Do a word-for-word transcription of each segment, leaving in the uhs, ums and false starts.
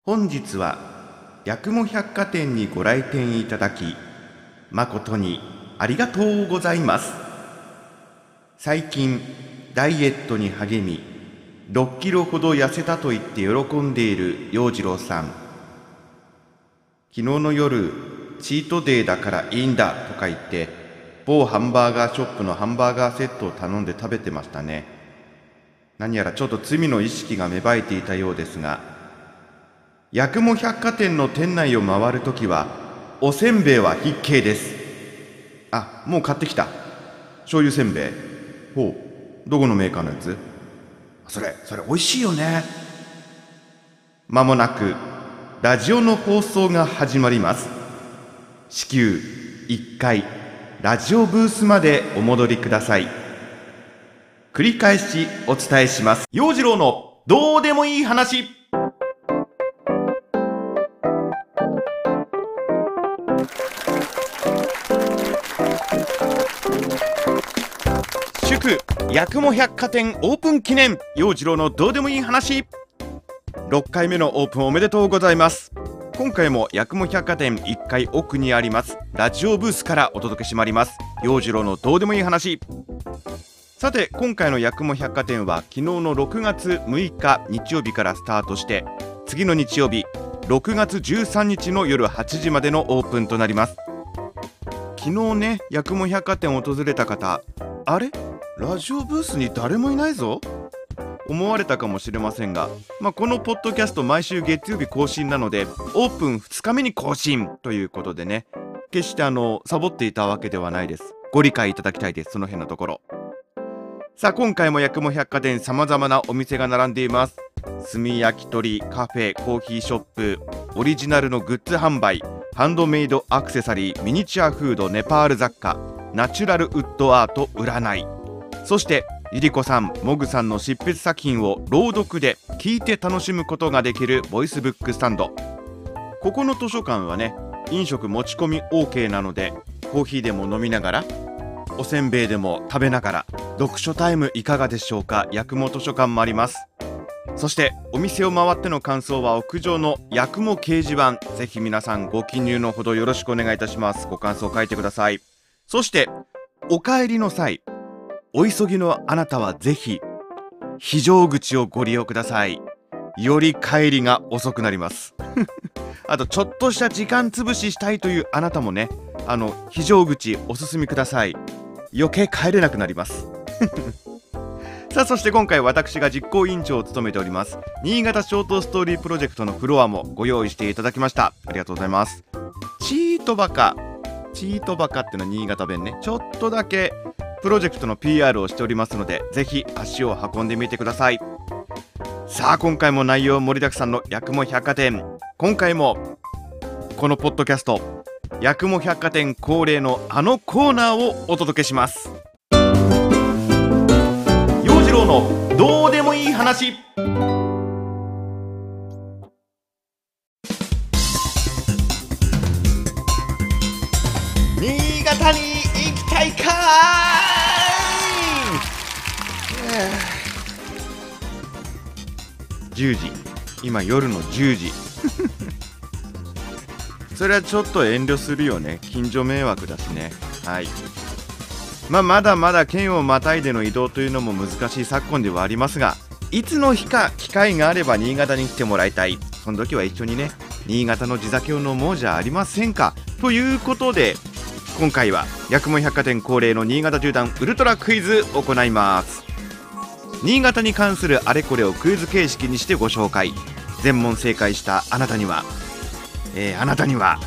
本日は八雲百貨店にご来店いただき誠にありがとうございます。最近ダイエットに励みろっキロほど痩せたと言って喜んでいる陽次郎さん、昨日の夜チートデーだからいいんだとか言って某ハンバーガーショップのハンバーガーセットを頼んで食べてましたね。何やらちょっと罪の意識が芽生えていたようですが、八雲百貨店の店内を回るときはおせんべいは必携です。あ、もう買ってきた醤油せんべい。ほう、どこのメーカーのやつ？それそれ美味しいよね。まもなくラジオの放送が始まります。至急いっかいラジオブースまでお戻りください。繰り返しお伝えします。陽次郎のどうでもいい話。祝八雲百貨店オープン記念、陽次郎のどうでもいい話。ろっかいめのオープンおめでとうございます。今回も八雲百貨店いっかい奥にありますラジオブースからお届けしまいります。陽次郎のどうでもいい話。さて今回の八雲百貨店は昨日のろくがつむいか日曜日からスタートして、次の日曜日ろくがつじゅうさんにちの夜はちじまでのオープンとなります。昨日ね、八雲百貨店を訪れた方、あれラジオブースに誰もいないぞ思われたかもしれませんが、まあ、このポッドキャスト毎週月曜日更新なのでオープンふつかめに更新ということでね、決してあのサボっていたわけではないです。ご理解いただきたいです、その辺のところ。さあ今回も八雲百貨店様々なお店が並んでいます。炭焼き鳥、カフェ、コーヒーショップ、オリジナルのグッズ販売、ハンドメイドアクセサリー、ミニチュアフード、ネパール雑貨、ナチュラルウッドアート、占い、そしてリリコさん、モグさんの執筆作品を朗読で聞いて楽しむことができるボイスブックスタンド。ここの図書館はね、飲食持ち込み オーケー なので、コーヒーでも飲みながら、おせんべいでも食べながら読書タイムいかがでしょうか。八雲図書館もあります。そしてお店を回っての感想は屋上の八雲掲示板、ぜひ皆さんご記入のほどよろしくお願いいたします。ご感想書いてください。そしてお帰りの際、お急ぎのあなたはぜひ非常口をご利用ください。より帰りが遅くなりますあとちょっとした時間つぶししたいというあなたもね、あの非常口お進みください。余計帰れなくなりますさあそして今回私が実行委員長を務めております新潟ショートストーリープロジェクトのフロアもご用意していただきました。ありがとうございます。チートバカチートバカってのは新潟弁ね。ちょっとだけプロジェクトの ピーアール をしておりますので、ぜひ足を運んでみてください。さあ今回も内容盛りだくさんの八雲百貨店、今回もこのポッドキャスト八雲百貨店恒例のあのコーナーをお届けします。陽次郎のどうでもいい話。新潟に行きたいかーいじゅうじ、今夜のじゅうじそれはちょっと遠慮するよね。近所迷惑だしね。はい。まあまだまだ県をまたいでの移動というのも難しい昨今ではありますが、いつの日か機会があれば新潟に来てもらいたい。その時は一緒にね、新潟の地酒を飲もうじゃありませんか。ということで今回は八雲百貨店恒例の新潟縦断ウルトラクイズを行います。新潟に関するあれこれをクイズ形式にしてご紹介。全問正解したあなたにはえー、あなたには、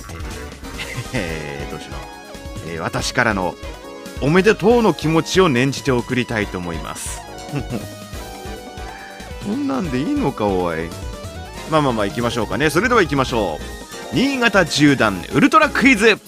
えー、どうしよう、えー、私からのおめでとうの気持ちを念じて送りたいと思いますそんなんでいいのかおい。まあまあまあ行きましょうかね。それでは行きましょう。新潟縦断ウルトラクイズ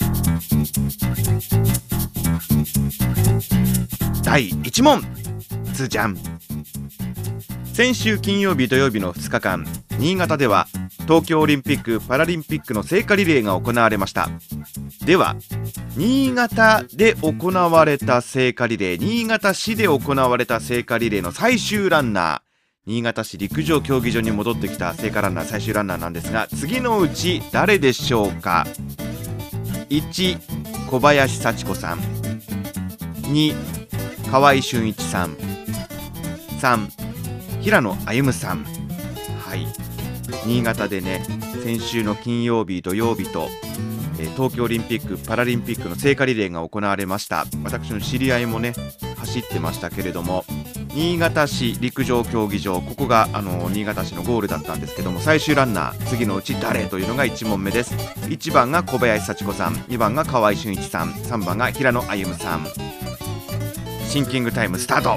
だいいち問。つじゃん。先週金曜日土曜日のふつかかん、新潟では東京オリンピック・パラリンピックの聖火リレーが行われました。では新潟で行われた聖火リレー、新潟市で行われた聖火リレーの最終ランナ新潟市陸上競技場に戻ってきた聖火ランナー、最終ランナーなんですが、次のうち誰でしょうか。いち小林幸子さん、に河合俊一さん、さん平野歩夢さん。はい、新潟でね、先週の金曜日土曜日と、えー、東京オリンピックパラリンピックの聖火リレーが行われました。私の知り合いもね走ってましたけれども、新潟市陸上競技場、ここがあの新潟市のゴールだったんですけども、最終ランナー次のうち誰というのがいち問目です。いちばんが小林幸子さん、にばんが河合俊一さん、さんばんが平野歩夢さん。シンキングタイムスタート。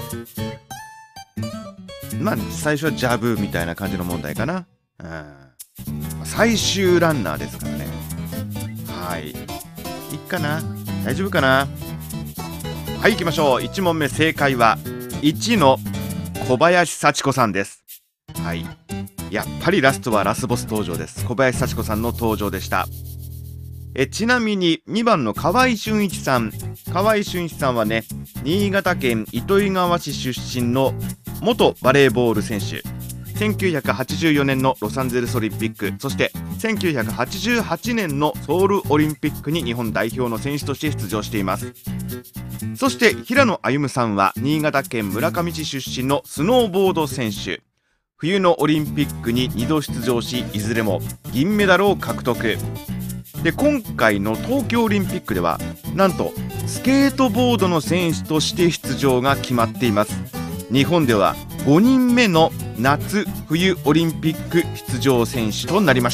まあ最初はジャブみたいな感じの問題かな。うん、最終ランナーですからね。はい、いいかな、大丈夫かな。はい、行きましょう。いち問目、正解はいちの小林幸子さんです。はい、やっぱりラストはラスボス登場です。小林幸子さんの登場でした。えちなみににばんの河合俊一さん、河合俊一さんはね、新潟県糸魚川市出身の元バレーボール選手。せんきゅうひゃくはちじゅうよねんのロサンゼルスオリンピック、そしてせんきゅうひゃくはちじゅうはちねんのソウルオリンピックに日本代表の選手として出場しています。そして平野歩夢さんは新潟県村上市出身のスノーボード選手。冬のオリンピックににど出場し、いずれも銀メダルを獲得で、今回の東京オリンピックではなんとスケートボードの選手として出場が決まっています。日本ではごにんめの夏冬オリンピック出場選手となりました。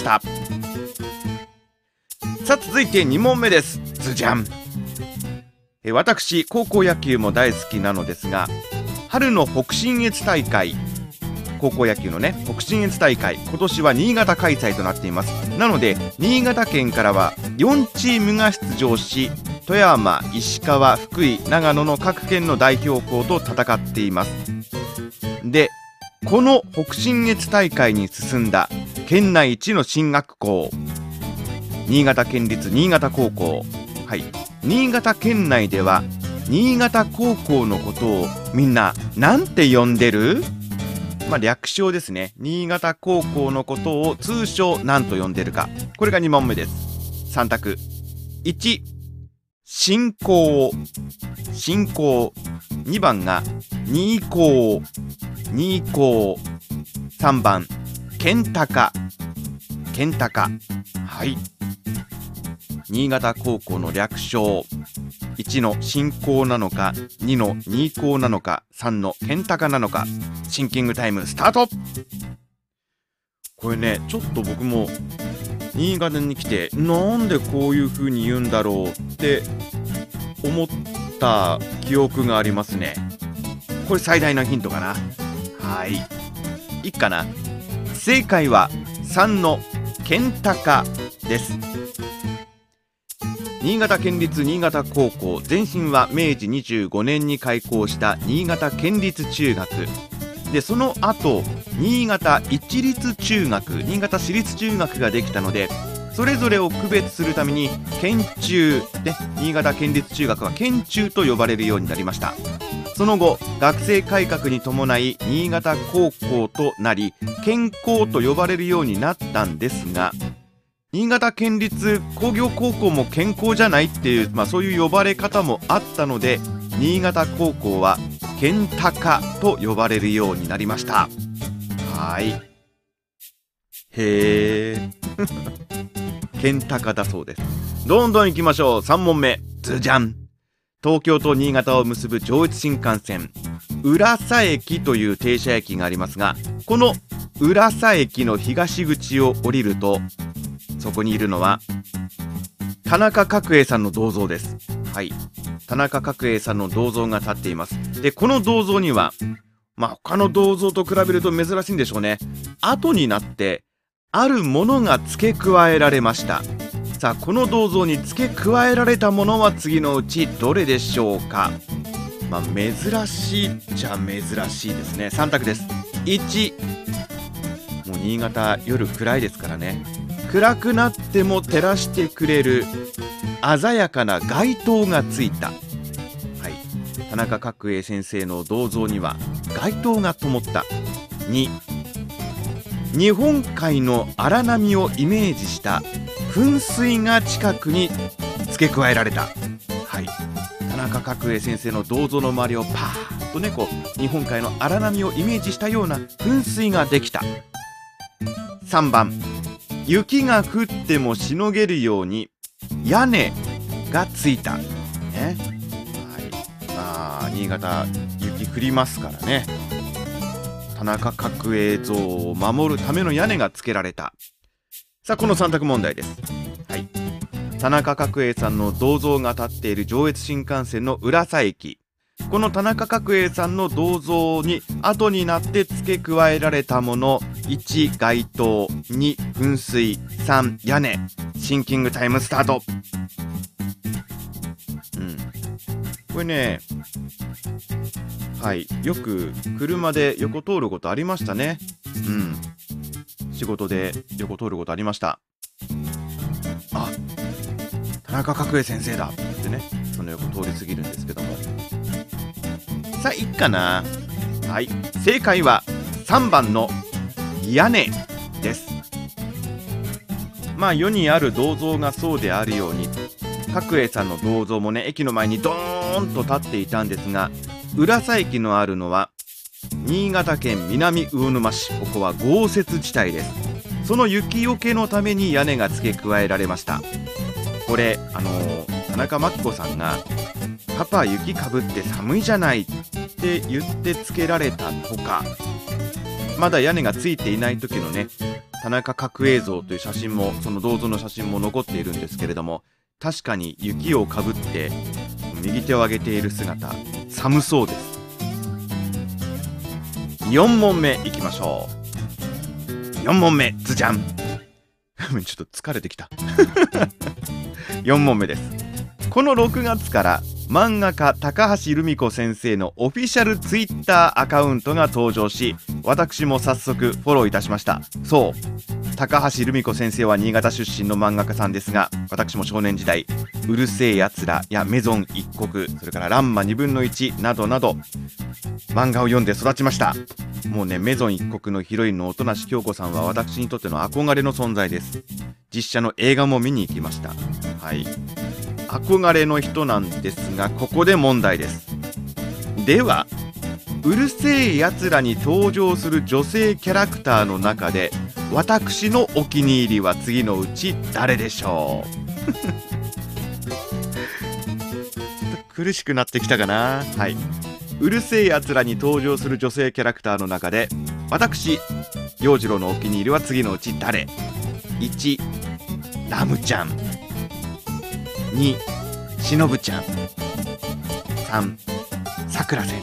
さあ続いてに問目です。ズジャン。え私高校野球も大好きなのですが、春の北信越大会、高校野球のね北信越大会、今年は新潟開催となっています。なので新潟県からはよんチームが出場し、富山、石川、福井、長野の各県の代表校と戦っています。でこの北信越大会に進んだ県内一の進学校、新潟県立新潟高校。はい、新潟県内では新潟高校のことをみんななんて呼んでる？まあ略称ですね。新潟高校のことを通称なんと呼んでるか、これがに問目です。さん択。いち新高、新高。にばんが新高、新高。さんばん県高、県高。はい、新潟高校の略称、いちの新高なのか、にの新高なのか、さんの県高なのか。シンキングタイムスタート。これね、ちょっと僕も新潟に来てなんでこういう風に言うんだろうって思った記憶がありますね。これ最大のヒントかな。はい、いいかな。正解はさんの県高です。新潟県立新潟高校、前身はめいじにじゅうごねんに開校した新潟県立中学で、その後新潟一律中学、新潟市立中学ができたので、それぞれを区別するために県中で、新潟県立中学は県中と呼ばれるようになりました。その後学生改革に伴い新潟高校となり、県高と呼ばれるようになったんですが、新潟県立工業高校も県高じゃないっていう、まあ、そういう呼ばれ方もあったので、新潟高校は県高と呼ばれるようになりました。はい、へー県高だそうです。どんどん行きましょう。さん問目、ズジャン。東京と新潟を結ぶ上越新幹線、浦佐駅という停車駅がありますが、この浦佐駅の東口を降りると、そこにいるのは田中角栄さんの銅像です。はい、田中角栄さんの銅像が立っています。でこの銅像には、まあ他の銅像と比べると珍しいんでしょうね。後になってあるものが付け加えられました。さあこの銅像に付け加えられたものは次のうちどれでしょうか。まあ珍しいっちゃ珍しいですね。さん択です。いち、もう新潟夜暗いですからね、暗くなっても照らしてくれる鮮やかな街灯がついた。はい、田中角栄先生の銅像には街灯が灯った。 に日本海の荒波をイメージした噴水が近くに付け加えられた。はい、田中角栄先生の銅像の周りをパーッとね、こう日本海の荒波をイメージしたような噴水ができた。さんばん、雪が降ってもしのげるように屋根がついた。ね、はい、まあ新潟雪降りますからね、田中角栄像を守るための屋根がつけられた。さあこのさん択問題です。はい、田中角栄さんの銅像が建っている上越新幹線の浦佐駅、この田中角栄さんの銅像に後になって付け加えられたもの、いち街灯、に噴水、さん屋根。シンキングタイムスタート。うん、これね、はい、よく車で横通ることありましたね。うん、仕事で横通ることありました。あ、田中角栄先生だってね、その横通り過ぎるんですけども、さあいっかな。はい、正解はさんばんの屋根です。まあ世にある銅像がそうであるように、角栄さんの銅像もね、駅の前にドーンと立っていたんですが、浦佐駅のあるのは新潟県南魚沼市、ここは豪雪地帯です。その雪よけのために屋根が付け加えられました。これあのー、田中真紀子さんがパパ雪かぶって寒いじゃないって言って付けられたとか、まだ屋根がついていない時のね、田中角栄像という写真も、その銅像の写真も残っているんですけれども、確かに雪をかぶって右手を上げている姿、寒そうです。よん問目いきましょう。よん問目、ズジャン。ちょっと疲れてきた。よん問目です。このろくがつから漫画家高橋留美子先生のオフィシャルツイッターアカウントが登場し、私も早速フォローいたしました。そう、高橋留美子先生は新潟出身の漫画家さんですが、私も少年時代うるせえやつらやメゾン一国、それからランマにぶんのいちなどなど漫画を読んで育ちました。もうね、メゾン一国のヒロインの音無京子さんは私にとっての憧れの存在です。実写の映画も見に行きました。はい、憧れの人なんですが、ここで問題です。ではうるせえやつらに登場する女性キャラクターの中で、私のお気に入りは次のうち誰でしょう？苦しくなってきたかな。はい、うるせえやつらに登場する女性キャラクターの中で、私陽次郎のお気に入りは次のうち誰？ いち ラムちゃん、にしのぶちゃん、さんさくら先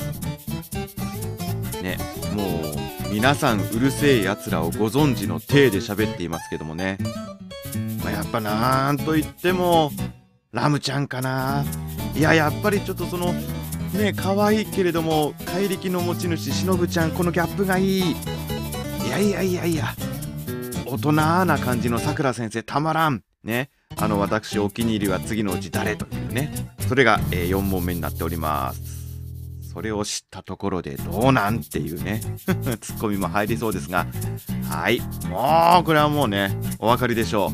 生ね。もう皆さんうるせえやつらをご存知の体で喋っていますけどもね、まあ、やっぱなんといってもラムちゃんかな。いや、やっぱりちょっとそのね、可愛いけれども怪力の持ち主しのぶちゃん、このギャップがいい。いやいやいやいや、大人な感じのさくら先生たまらんね。あの私お気に入りは次のうち誰というね、それが、えー、よん問目になっております。それを知ったところでどうなんっていうねツッコミも入りそうですが、はい、もうこれはもうねお分かりでしょ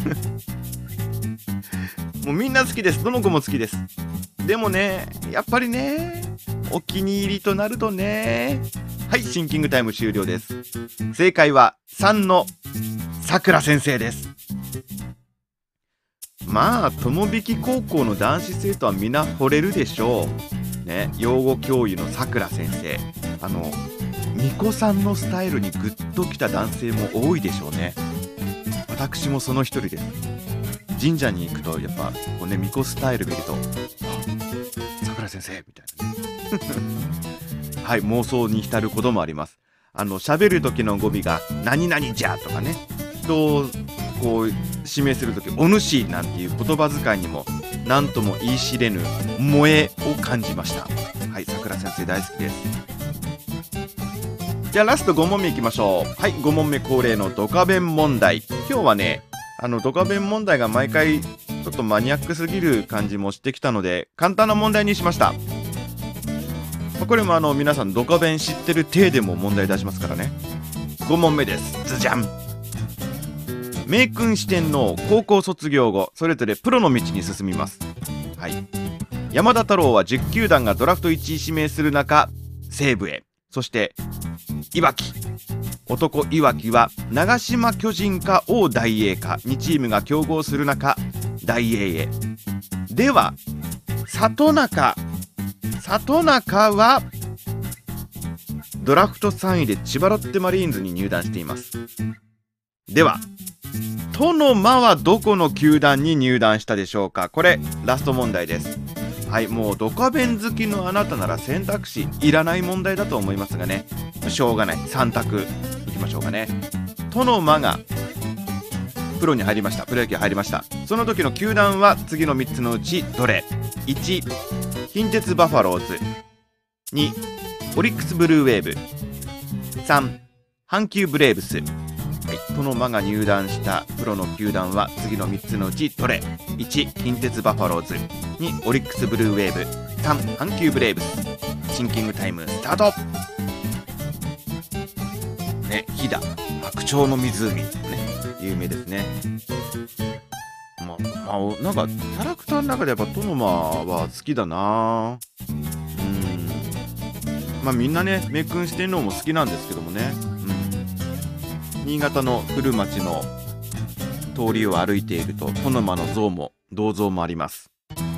うもうみんな好きです。どの子も好きです。でもね、やっぱりね、お気に入りとなるとね。はい、シンキングタイム終了です。正解はさんのさくら先生です。まあ友引高校の男子生徒は皆惚れるでしょうね。養護教諭のさくら先生、あの巫女さんのスタイルにグッときた男性も多いでしょうね。私もその一人です。神社に行くとやっぱこうね、巫女スタイル見るとさくら先生みたいなねはい、妄想に浸ることもあります。あの喋る時の語尾が何々じゃとかね、人をこう指名する時お主なんていう言葉遣いにも何とも言い知れぬ萌えを感じました。はい、さくら先生大好きです。じゃあラストご問目いきましょう。はい、ご問目恒例のドカ弁問題。今日はね、あのドカ弁問題が毎回ちょっとマニアックすぎる感じもしてきたので、簡単な問題にしました。 まあこれもあの皆さんドカベン知ってる体でも問題出しますからね。ご問目です。ズジャン。名君四天王高校卒業後それぞれプロの道に進みます。はい、山田太郎はじゅっきゅうだんがドラフトいちい指名する中西武へ。そしていわき、男いわきは長島巨人か王大栄かにチームが競合する中大栄へ。では里中里中はドラフトさんいで千葉ロッテマリーンズに入団しています。では殿間はどこの球団に入団したでしょうか。これラスト問題です。はい、もうドカベン好きのあなたなら選択肢いらない問題だと思いますがね、しょうがない。さん択いきましょうかね。殿間がプロに入りました。プロ野球入りました。その時の球団は次のみっつのうちどれ？ いち 近鉄バファローズ、にオリックスブルーウェーブ、さん阪急ブレーブス。はい、殿間が入団したプロの球団は次のみっつのうちどれ？ いち 近鉄バファローズ、にオリックスブルーウェーブ、さん阪急ブレーブス。シンキングタイムスタート。ね、飛騨白鳥の湖ね、有名ですね。まあ、まあ、なんかキャラクターの中でやっぱ殿間は好きだな。うん、まあみんなね名君四天王も好きなんですけどもね、うん、新潟の古町の通りを歩いていると殿間の像も銅像もあります。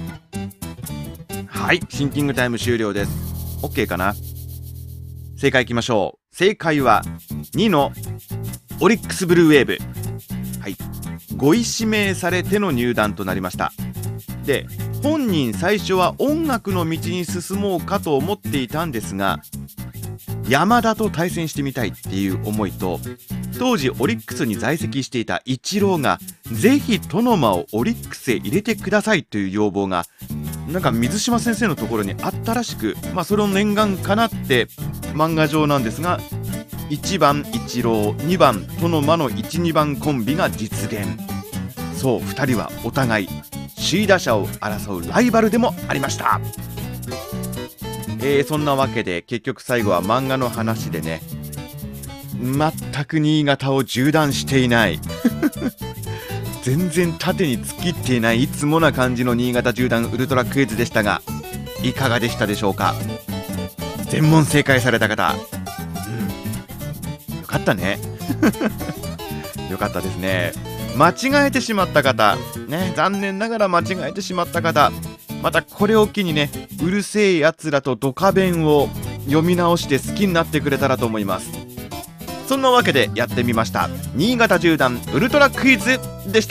はい、シンキングタイム終了です。 OK かな。正解いきましょう。正解はにのオリックスブルーウェーブ。はい、ごい指名されての入団となりました。で、本人最初は音楽の道に進もうかと思っていたんですが、山田と対戦してみたいっていう思いと、当時オリックスに在籍していたイチローがぜひ殿間をオリックスへ入れてくださいという要望がなんか水島先生のところにあったらしく、まあそれを念願かなって漫画上なんですが、いちばんイチロー、にばん殿間のいち、にばんコンビが実現。そう、ふたりはお互い首位打者を争うライバルでもありました。えー、そんなわけで結局最後は漫画の話でね、全く新潟を縦断していない全然縦に突っ切っていないいつもな感じの新潟縦断ウルトラクイズでしたが、いかがでしたでしょうか。全問正解された方、うん、よかったねよかったですね。間違えてしまった方ね、残念ながら間違えてしまった方、またこれを機にね、うるせえやつらとドカベンを読み直して好きになってくれたらと思います。そんなわけでやってみました。新潟縦断ウルトラクイズでした。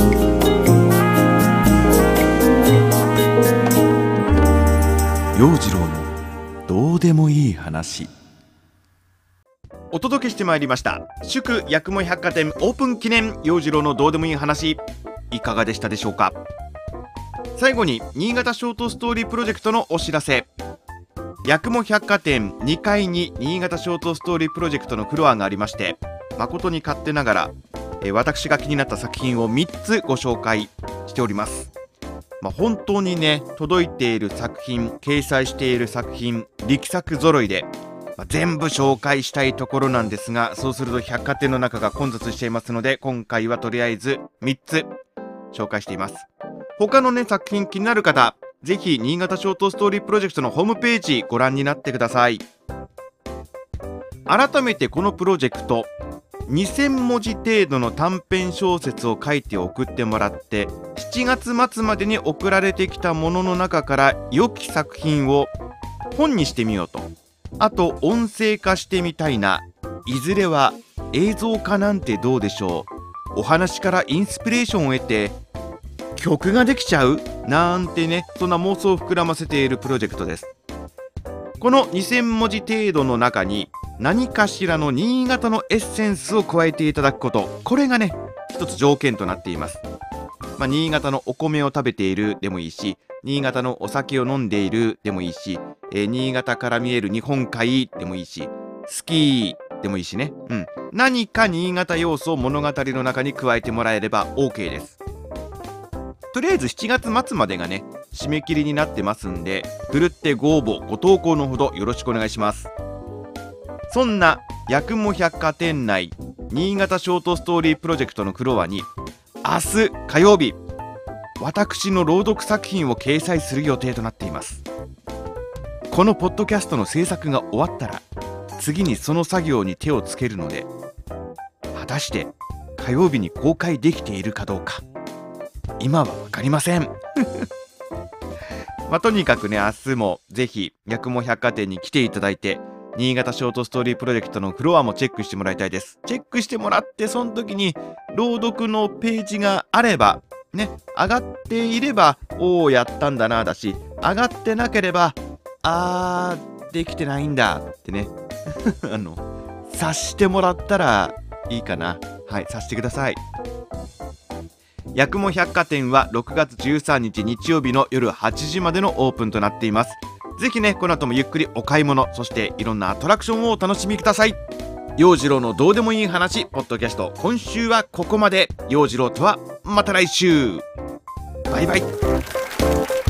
陽次郎のどうでもいい話、お届けしてまいりました祝八雲百貨店オープン記念陽次郎のどうでもいい話、いかがでしたでしょうか。最後に新潟ショートストーリープロジェクトのお知らせ。八雲百貨店にかいに新潟ショートストーリープロジェクトのフロアがありまして、誠に勝手ながら、えー、私が気になった作品をみっつご紹介しております。まあ、本当にね、届いている作品、掲載している作品、力作揃いで、まあ、全部紹介したいところなんですが、そうすると百貨店の中が混雑していますので、今回はとりあえずみっつ紹介しています。他のね、作品気になる方、ぜひ新潟ショートストーリープロジェクトのホームページご覧になってください。改めてこのプロジェクト、にせんもじ程度の短編小説を書いて送ってもらって、しちがつ末までに送られてきたものの中から良き作品を本にしてみようと、あと音声化してみたいな、いずれは映像化なんてどうでしょう、お話からインスピレーションを得て曲ができちゃうなんてね、そんな妄想を膨らませているプロジェクトです。このにせんもじ程度の中に何かしらの新潟のエッセンスを加えていただくこと、これがね一つ条件となっています。まあ、新潟のお米を食べているでもいいし、新潟のお酒を飲んでいるでもいいし、えー、新潟から見える日本海でもいいし、スキーでもいいしね、うん、何か新潟要素を物語の中に加えてもらえれば OK です。とりあえずしちがつ末までがね締め切りになってますんで、ふるってご応募ご投稿のほどよろしくお願いします。そんな八雲百貨店内新潟ショートストーリープロジェクトのフロアに、明日火曜日私の朗読作品を掲載する予定となっています。このポッドキャストの制作が終わったら次にその作業に手をつけるので、果たして火曜日に公開できているかどうか今は分かりませんまあ、とにかくね、明日もぜひ八雲百貨店に来ていただいて、新潟ショートストーリープロジェクトのフロアもチェックしてもらいたいです。チェックしてもらって、その時に朗読のページがあればね、上がっていればおおやったんだなだし、上がってなければあーできてないんだってねあの察してもらったらいいかな。はい、察してください。八雲百貨店はろくがつじゅうさんにち日曜日の夜はちじまでのオープンとなっています。ぜひね、この後もゆっくりお買い物、そしていろんなアトラクションをお楽しみください。陽次郎のどうでもいい話ポッドキャスト、今週はここまで。陽次郎とはまた来週。バイバイ。